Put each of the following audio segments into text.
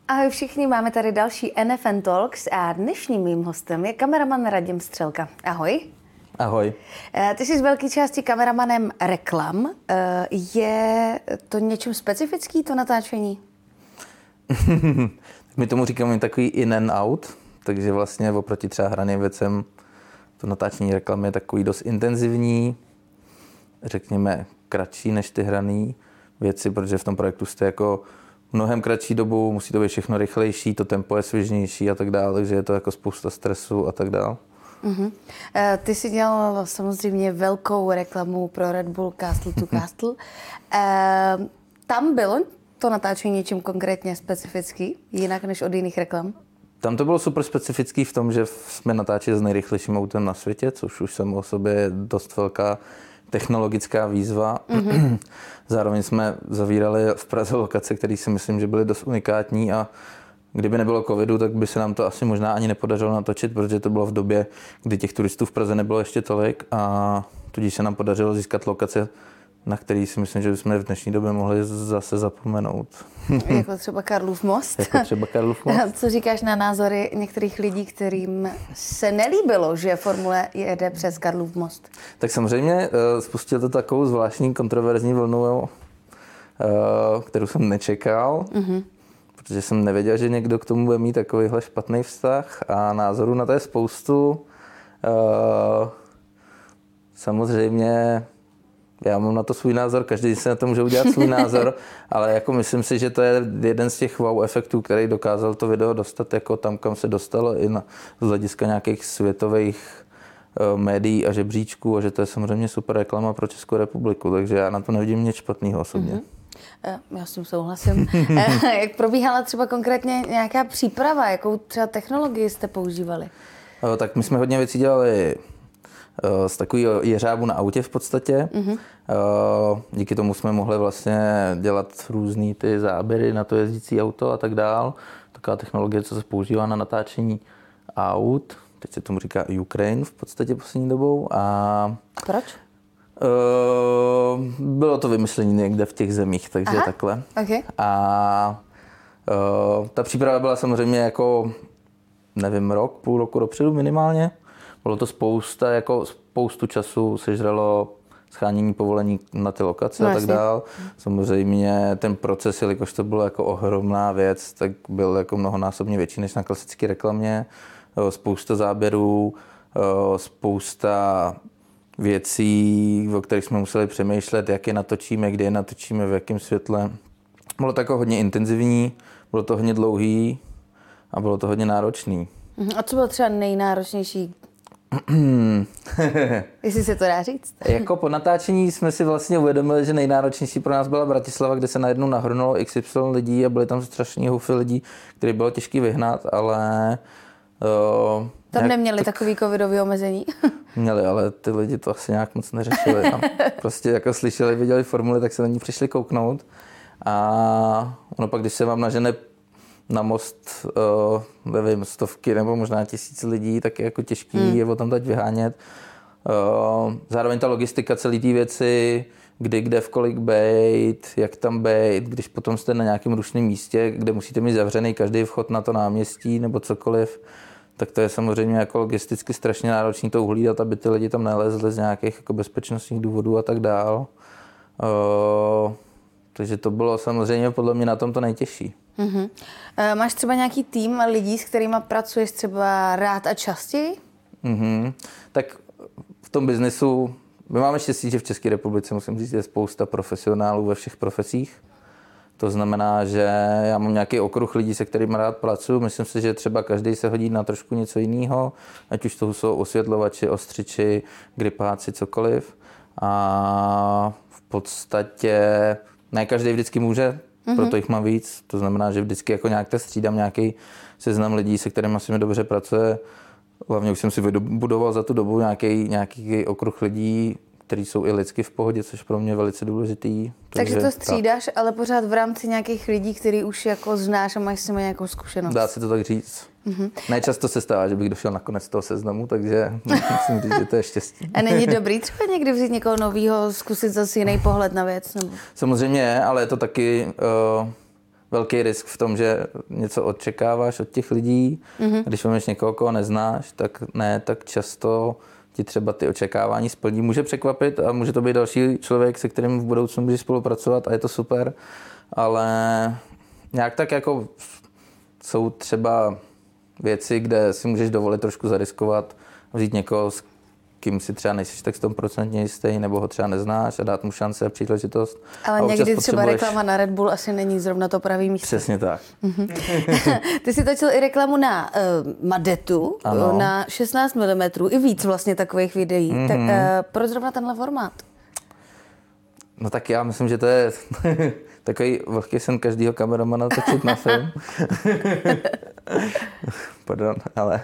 Ahoj všichni, máme tady další NFN Talks a dnešním mým hostem je kameraman Radim Střelka. Ahoj. Ahoj. Ty jsi z velké části kameramanem reklam. Je to něčím specifický, to natáčení? My tomu říkáme takový in and out, takže vlastně oproti třeba hraným věcem to natáčení reklamy je takový dost intenzivní, řekněme kratší než ty hraný věci, protože v tom projektu jste jako mnohem kratší dobu, musí to být všechno rychlejší, to tempo je svižnější a tak dále, takže je to jako spousta stresu a tak dále. Uh-huh. Ty jsi dělal samozřejmě velkou reklamu pro Red Bull Castle to Castle. Tam bylo to natáčení něčím konkrétně specifický, jinak než od jiných reklam? Tam to bylo super specifický v tom, že jsme natáčeli s nejrychlejším autem na světě, což už samo o sobě je dost velká technologická výzva. Mm-hmm. Zároveň jsme zavírali v Praze lokace, které si myslím, že byly dost unikátní a kdyby nebylo covidu, tak by se nám to asi možná ani nepodařilo natočit, protože to bylo v době, kdy těch turistů v Praze nebylo ještě tolik a tudíž se nám podařilo získat lokace, na který si myslím, že bychom v dnešní době mohli zase zapomenout. Jako třeba Karlův most. Jako třeba Karlův most. Co říkáš na názory některých lidí, kterým se nelíbilo, že Formule jede přes Karlův most? Tak samozřejmě spustil to takovou zvláštní kontroverzní vlnu, kterou jsem nečekal, protože jsem nevěděl, že někdo k tomu bude mít takovýhle špatný vztah a názorů na to je spoustu. Samozřejmě já mám na to svůj názor, každý si na to může udělat svůj názor, ale jako myslím si, že to je jeden z těch wow efektů, který dokázal to video dostat jako tam, kam se dostalo i z hlediska nějakých světových médií a žebříčků a že to je samozřejmě super reklama pro Českou republiku, takže já na to nevidím nic špatného osobně. Já s tím souhlasím. Jak probíhala třeba konkrétně nějaká příprava, jakou třeba technologii jste používali? Tak my jsme hodně věcí dělali z takového jeřábu na autě v podstatě. Díky tomu jsme mohli vlastně dělat různý ty záběry na to jezdící auto a tak dál. Taková technologie, co se používá na natáčení aut. Teď se tomu říká Ukraine v podstatě poslední dobou. A proč? Bylo to vymyšlení někde v těch zemích, takže takhle. Okay. A ta příprava byla samozřejmě jako, nevím, půl roku dopředu minimálně. Bylo to spoustu času sežralo shánění povolení na ty lokace a tak dál. Samozřejmě ten proces, jelikož to bylo jako ohromná věc, tak byl jako mnohonásobně větší než na klasické reklamě. Spousta záběrů, spousta věcí, o kterých jsme museli přemýšlet, jak je natočíme, kde je natočíme, v jakém světle. Bylo to jako hodně intenzivní, bylo to hodně dlouhý a bylo to hodně náročný. A co bylo třeba nejnáročnější? Jestli se to dá říct. Jako po natáčení jsme si vlastně uvědomili, že nejnáročnější pro nás byla Bratislava, kde se najednou nahrnulo XY lidí a byly tam strašný hufy lidí, které bylo těžké vyhnat, ale tam neměli takový covidový omezení? Měli, ale ty lidi to asi nějak moc neřešili. No. Prostě jako slyšeli, viděli formuli, tak se na ní přišli kouknout. A ono pak, když se vám nažene na most, nevím, stovky nebo možná 1000 lidí, tak je jako těžký je o tam dať vyhánět. Zároveň ta logistika celé té věci, kdy, kde, v kolik bejt, jak tam bejt, když potom jste na nějakém rušném místě, kde musíte mít zavřený každý vchod na to náměstí nebo cokoliv, tak to je samozřejmě jako logisticky strašně náročné to uhlídat, aby ty lidi tam nelezli z nějakých jako bezpečnostních důvodů a tak dál. Takže to bylo samozřejmě podle mě na tom to nejtěžší. Mm-hmm. Máš třeba nějaký tým lidí, s kterými pracuješ třeba rád a častěji? Tak v tom biznesu, my máme štěstí, že v České republice, musím říct, je spousta profesionálů ve všech profesích. To znamená, že já mám nějaký okruh lidí, se kterými rád pracuji. Myslím si, že třeba každý se hodí na trošku něco jiného, ať už to jsou osvětlovači, ostřiči, gripáci, cokoliv. A v podstatě ne každý vždycky může, proto jich mám víc. To znamená, že vždycky jako nějak střídám nějaký seznam lidí, se kterými se mi dobře pracuje. Hlavně už jsem si vybudoval za tu dobu nějaký okruh lidí, kteří jsou i lidsky v pohodě, což pro mě je velice důležitý. Takže to střídáš, ale pořád v rámci nějakých lidí, který už jako znáš a máš s nimi nějakou zkušenost. Dá se to tak říct. Nejčasto se stává, že bych došel na konec toho seznamu, takže musím říct, že to je štěstí. A není dobrý třeba někdy vzít někoho novýho, zkusit zase jiný pohled na věc? Nebo? Samozřejmě je, ale je to taky velký risk v tom, že něco očekáváš od těch lidí. Když máš někoho, koho neznáš, tak ne tak často ti třeba ty očekávání splní. Může překvapit a může to být další člověk, se kterým v budoucnu můžeš spolupracovat a je to super, ale nějak tak jako jsou třeba věci, kde si můžeš dovolit trošku zariskovat, vzít někoho, s kým si třeba nejsi tak 100% jistý, nebo ho třeba neznáš a dát mu šanci a příležitost. Ale a někdy třeba reklama na Red Bull asi není zrovna to pravý místo. Přesně tak. Ty jsi točil i reklamu na Madetu, na 16 mm, i víc vlastně takových videí. Tak proč zrovna tenhle formát? No tak já myslím, že to je takový velký sen každého kameramana točit na film. Pardon, ale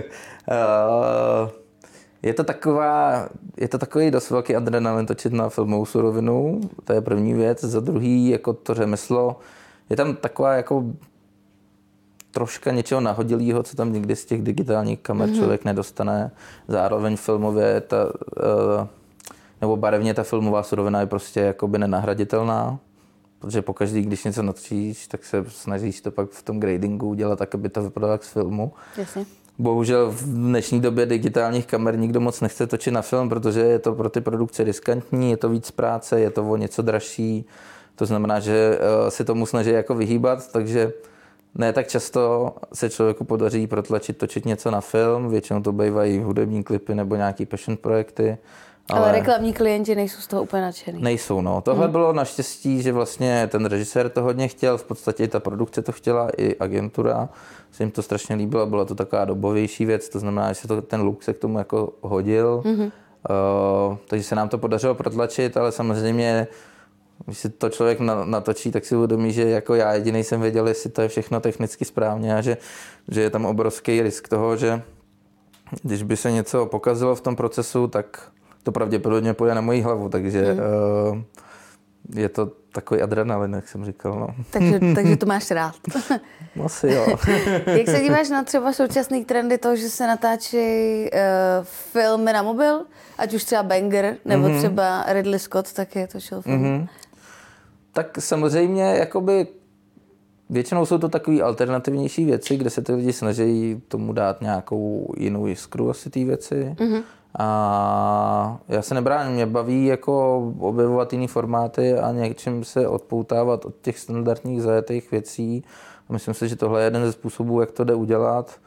je to takový dost velký adrenalin točit na filmovou surovinu, to je první věc. Za druhý, jako to řemeslo, je tam taková jako troška něčeho nahodilého, co tam nikdy z těch digitálních kamer člověk nedostane. Zároveň filmově nebo barevně ta filmová surovina je prostě jakoby nenahraditelná, protože pokaždý, když něco natočíš, tak se snažíš to pak v tom gradingu udělat tak, aby to vypadalo jak z filmu. Jasně. Bohužel v dnešní době digitálních kamer nikdo moc nechce točit na film, protože je to pro ty produkce riskantní, je to víc práce, je to o něco dražší. To znamená, že se tomu snaží jako vyhýbat, takže ne tak často se člověku podaří protlačit točit něco na film. Většinou to bývají hudební klipy nebo nějaký passion projekty. Ale reklamní klienti nejsou z toho úplně nadšený. Nejsou, no. Tohle bylo naštěstí, že vlastně ten režisér to hodně chtěl, v podstatě i ta produkce to chtěla, i agentura. Se jim to strašně líbilo, byla to taková dobovější věc, to znamená, že ten look se k tomu jako hodil. Takže se nám to podařilo protlačit, ale samozřejmě, když si to člověk natočí, tak si uvědomí, že jako já jediný jsem věděl, jestli to je všechno technicky správně a že je tam obrovský risk toho, že když by se něco pokazilo v tom procesu, tak to pravděpodobně půjde na moji hlavu, takže je to takový adrenalin, jak jsem říkal. No. Takže to máš rád. Asi jo. Jak se díváš na třeba současný trendy toho, že se natáčí filmy na mobil? Ať už třeba Banger, nebo třeba Ridley Scott taky točil film. Tak samozřejmě, jakoby většinou jsou to takové alternativnější věci, kde se ty lidi snaží tomu dát nějakou jinou jiskru asi té věci. A já se nebráním, mě baví jako objevovat jiný formáty a něčím se odpoutávat od těch standardních zajetých věcí. A myslím si, že tohle je jeden ze způsobů, jak to jde udělat.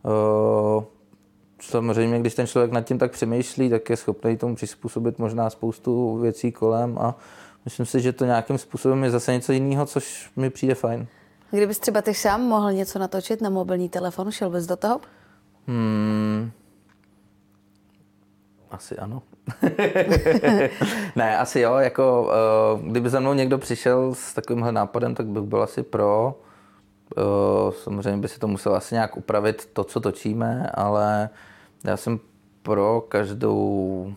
Samozřejmě, když ten člověk nad tím tak přemýšlí, tak je schopný tomu přizpůsobit možná spoustu věcí kolem a myslím si, že to nějakým způsobem je zase něco jiného, což mi přijde fajn. Kdybys třeba ty sám mohl něco natočit na mobilní telefon, šel bys do toho? Asi ano. Ne, asi jo, jako kdyby za mnou někdo přišel s takovýmhle nápadem, tak bych byl asi pro. Samozřejmě by si to musel asi nějak upravit to, co točíme, ale já jsem pro každou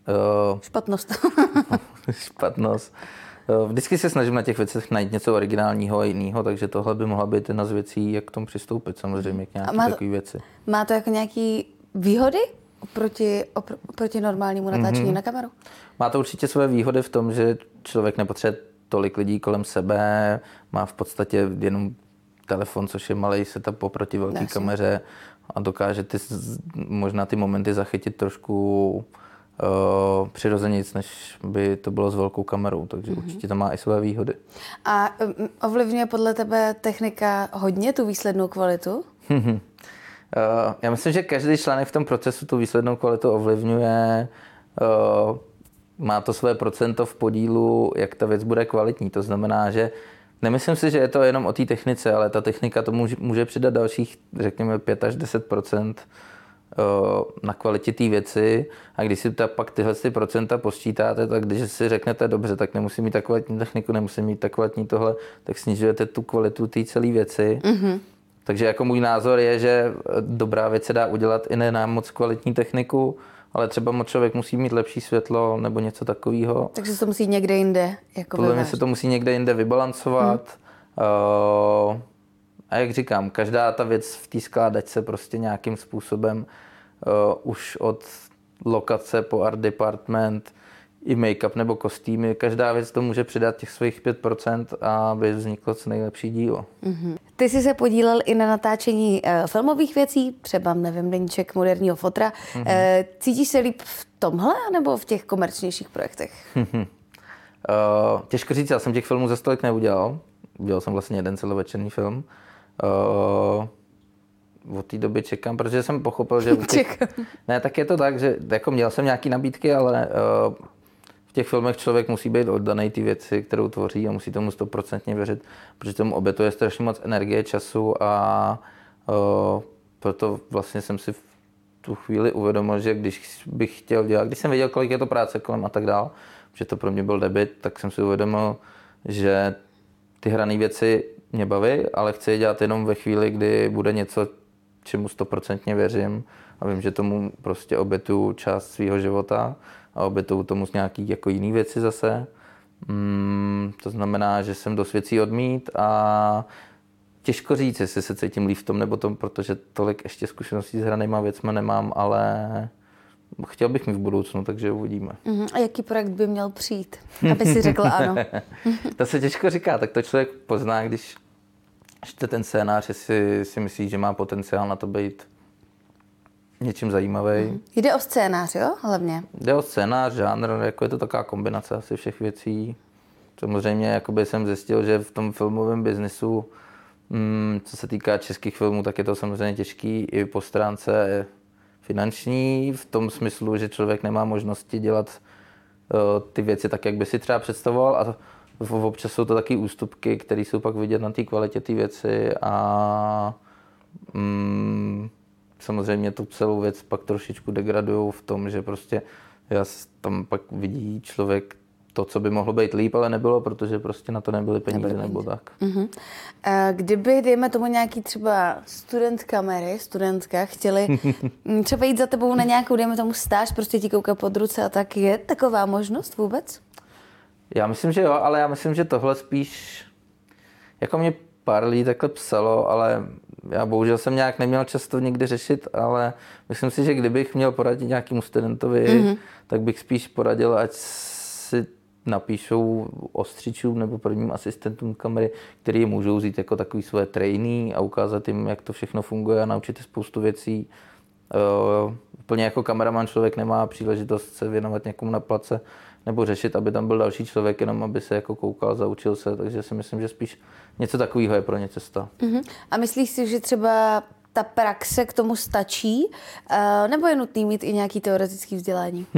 špatnost. Vždycky se snažím na těch věcech najít něco originálního a jiného, takže tohle by mohla být jedna z věcí, jak k tomu přistoupit samozřejmě k nějaké takové věci. Má to jako nějaký výhody oproti normálnímu natáčení na kameru? Má to určitě své výhody v tom, že člověk nepotřebuje tolik lidí kolem sebe, má v podstatě jenom telefon, což je malý setup oproti velké kameře a dokáže možná ty momenty zachytit trošku přirozenějc, než by to bylo s velkou kamerou, takže určitě to má i své výhody. A ovlivňuje podle tebe technika hodně tu výslednou kvalitu? Já myslím, že každý článek v tom procesu tu výslednou kvalitu ovlivňuje. Má to své procento v podílu, jak ta věc bude kvalitní. To znamená, že nemyslím si, že je to jenom o té technice, ale ta technika to může přidat dalších, řekněme, 5 až 10% na kvalitě té věci. A když si pak tyhle procenta posčítáte, tak když si řeknete dobře, tak nemusím mít tak kvalitní techniku, nemusím mít tak kvalitní tohle, tak snižujete tu kvalitu té celé věci. Takže jako můj názor je, že dobrá věc se dá udělat i ne moc kvalitní techniku, ale třeba člověk musí mít lepší světlo nebo něco takového. Takže se to musí někde jinde jako podle mě se to musí někde jinde vybalancovat. A jak říkám, každá ta věc v té skládačce prostě nějakým způsobem už od lokace po art department i make-up nebo kostýmy, každá věc to může přidat těch svých 5%, aby vzniklo co nejlepší dílo. Ty jsi se podílel i na natáčení filmových věcí, třeba, nevím, Deníček moderního fotra. Cítíš se líp v tomhle, nebo v těch komerčnějších projektech? Těžko říct, já jsem těch filmů za stolik neudělal. Udělal jsem vlastně jeden celovečerní film. Od té doby čekám, protože jsem pochopil, že... Ne, tak je to tak, že jako měl jsem nějaký nabídky, ale v těch filmech člověk musí být oddaný ty věci, kterou tvoří a musí tomu 100% věřit, protože tomu obětuje strašně moc energie, času a proto vlastně jsem si v tu chvíli uvědomil, že když bych chtěl dělat, když jsem věděl, kolik je to práce kolem a tak dál, že to pro mě byl debut, tak jsem si uvědomil, že ty hrané věci mě baví, ale chci je dělat jenom ve chvíli, kdy bude něco, čemu 100% věřím a vím, že tomu prostě obětuju část svého života a obětuju tomu z nějaký jako jiný věci zase. To znamená, že jsem dost věcí odmít a těžko říct, jestli se cítím líp v tom nebo tom, protože tolik ještě zkušeností s hranýma věcma nemám, ale chtěl bych mít v budoucnu, takže uvidíme. A jaký projekt by měl přijít, aby si řekl ano? To se těžko říká, tak to člověk pozná, když čte ten scénář, jestli si myslí, že má potenciál na to být něčím zajímavý. Jde o scénář, jo? Hlavně. Jde o scénář, žánr, jako je to taková kombinace asi všech věcí. Samozřejmě jakoby jsem zjistil, že v tom filmovém biznisu, co se týká českých filmů, tak je to samozřejmě těžký i po stránce finanční, v tom smyslu, že člověk nemá možnosti dělat ty věci tak, jak by si třeba představoval a občas jsou to taky ústupky, které jsou pak vidět na té kvalitě té věci a samozřejmě tu celou věc pak trošičku degradují v tom, že prostě tam pak vidí člověk to, co by mohlo být líp, ale nebylo, protože prostě na to nebyly peníze nebo tak. Kdyby, dejme tomu nějaký třeba studentka chtěli třeba jít za tebou na nějakou, dejme tomu stáž, prostě ti koukat pod ruce a tak, je taková možnost vůbec? Já myslím, že jo, ale já myslím, že tohle spíš, jako mě pár lidí takhle psalo, ale já bohužel jsem nějak neměl čas to někdy řešit, ale myslím si, že kdybych měl poradit nějakému studentovi, tak bych spíš poradil, ať si napíšou ostřičům nebo prvním asistentům kamery, který je můžou vzít jako takový své trainee a ukázat jim, jak to všechno funguje a naučit je spoustu věcí. Úplně jako kameraman člověk nemá příležitost se věnovat někomu na place nebo řešit, aby tam byl další člověk, jenom aby se jako koukal, zaučil se, takže si myslím, že spíš něco takového je pro ně cesta. A myslíš si, že třeba ta praxe k tomu stačí, nebo je nutný mít i nějaký teoretický vzdělání?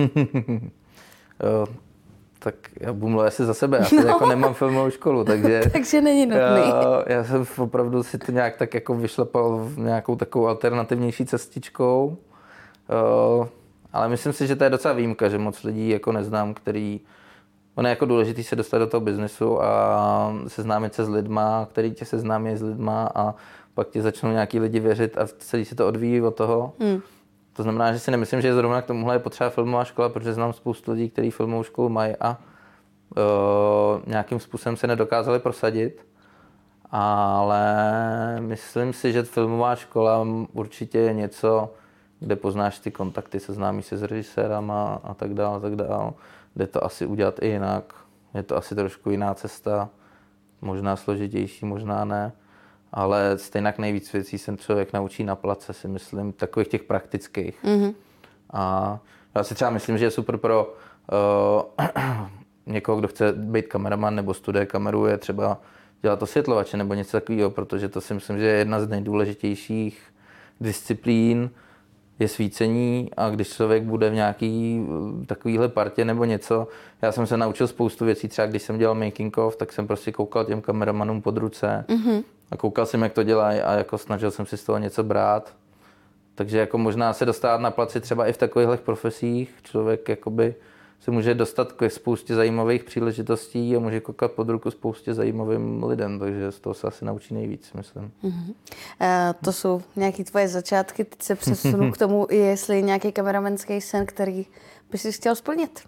Tak já budu mluvit asi za sebe, já jako nemám filmovou školu, takže... takže není nutný. Já jsem opravdu si to nějak tak jako vyšlepal v nějakou takovou alternativnější cestičkou, ale myslím si, že to je docela výjimka, že moc lidí jako neznám, který... Ono je jako důležitý se dostat do toho biznesu a seznámit se s lidma, který tě seznámí s lidma a pak ti začnou nějaký lidi věřit a celý se to odvíjí od toho. To znamená, že si nemyslím, že zrovna k tomuhle je potřeba filmová škola, protože znám spoustu lidí, kteří filmovou školu mají a nějakým způsobem se nedokázali prosadit. Ale myslím si, že filmová škola určitě je něco, kde poznáš ty kontakty, seznámíš se s režisérama a tak dále, Jde to asi udělat i jinak. Je to asi trošku jiná cesta, možná složitější, možná ne. Ale stejně nejvíc věcí se člověk naučí na place, si myslím, takových těch praktických. A já si třeba myslím, že je super pro někoho, kdo chce být kameraman nebo studuje kameru, je třeba dělat osvětlovače nebo něco takového, protože to si myslím, že je jedna z nejdůležitějších disciplín, je svícení a když člověk bude v nějaký takovýhle partě nebo něco, já jsem se naučil spoustu věcí, třeba když jsem dělal making of, tak jsem prostě koukal těm kameramanům pod ruce a koukal jsem, jak to dělají a jako snažil jsem si z toho něco brát. Takže jako možná se dostat na placi třeba i v takovýchhle profesích, člověk jakoby se může dostat k spoustě zajímavých příležitostí a může koukat pod ruku spoustě zajímavým lidem, takže z toho se asi naučí nejvíc, myslím. To jsou nějaké tvoje začátky, teď se přesunu k tomu, jestli nějaký kameramanský sen, který bys si chtěl splnit.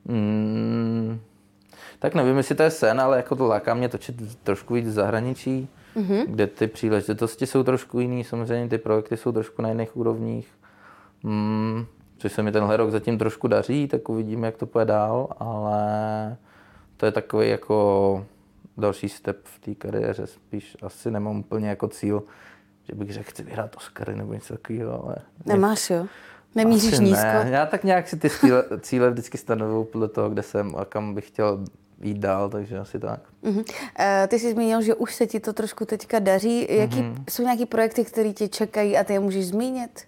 Tak nevím, jestli to je sen, ale jako to láká mě točit trošku víc v zahraničí, kde ty příležitosti jsou trošku jiný, samozřejmě ty projekty jsou trošku na jiných úrovních. což se mi tenhle rok zatím trošku daří, tak uvidíme, jak to půjde dál, ale to je takový jako další step v té kariéře. Spíš asi nemám úplně jako cíl, že bych řekl, chci vyhrát Oscary nebo něco takového, ale... Nemáš, jo? Nemíříš asi nízko? Ne. Já tak nějak si ty cíle vždycky stanovuju podle toho, kde jsem a kam bych chtěl jít dál, takže asi tak. Ty jsi zmínil, že už se ti to trošku teďka daří. Jaký jsou nějaký projekty, které tě čekají a ty je můžeš zmínit?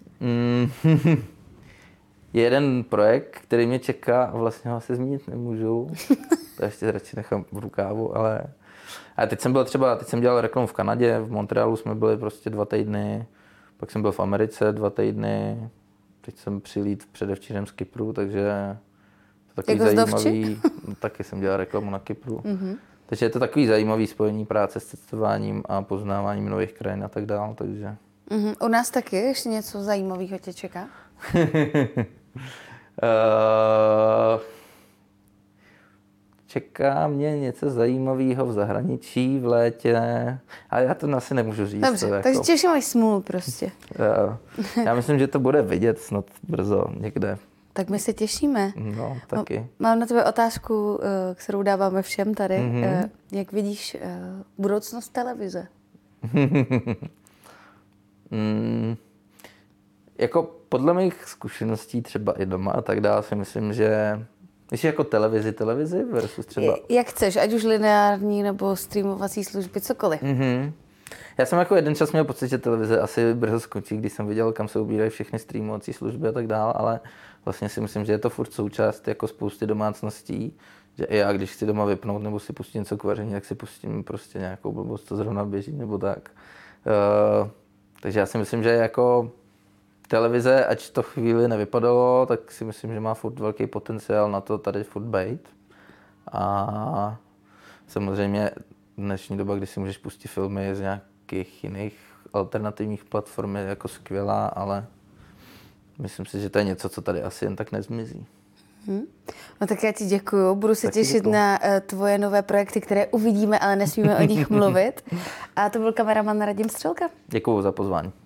Je jeden projekt, který mě čeká a vlastně ho asi zmínit nemůžu. To ještě radši nechám v rukávu, ale teď jsem dělal reklamu v Kanadě, v Montrealu jsme byli prostě 2 týdny, pak jsem byl v Americe 2 týdny, teď jsem přilít předevčírem z Kypru, takže to takový jako zajímavý. Taky jsem dělal reklamu na Kypru. Takže je to takový zajímavý spojení práce s cestováním a poznáváním nových krajin a tak dále, takže... U nás taky ještě něco zajímavého tě čeká? Čeká mě něco zajímavého v zahraničí v létě, ale já to asi nemůžu říct. Dobře, to takže těším máš smůlu prostě. Já myslím, že to bude vidět snad brzo někde. Tak my se těšíme. No, taky. Mám na tebe otázku, kterou dáváme všem tady. Jak vidíš budoucnost televize? Jako podle mých zkušeností třeba i doma a tak dále si myslím, že když jako televizi versus třeba... Jak chceš, ať už lineární nebo streamovací služby, cokoliv. Já jsem jako jeden čas měl pocit, že televize asi brzo skončí, když jsem viděl, kam se ubírají všechny streamovací služby a tak dále, ale vlastně si myslím, že je to furt součást jako spousty domácností, že i já, když chci doma vypnout nebo si pustím něco k vaření, tak si pustím prostě nějakou blbost, co zrovna běží nebo tak. Takže já si myslím, že jako televize, ať to chvíli nevypadalo, tak si myslím, že má furt velký potenciál na to tady furt bejt. A samozřejmě dnešní doba, kdy si můžeš pustit filmy z nějakých jiných alternativních platform, je jako skvělá, ale myslím si, že to je něco, co tady asi jen tak nezmizí. No tak já ti děkuju. Budu se těšit na tvoje nové projekty, které uvidíme, ale nesmíme o nich mluvit. A to byl kameraman Radim Střelka. Děkuju za pozvání.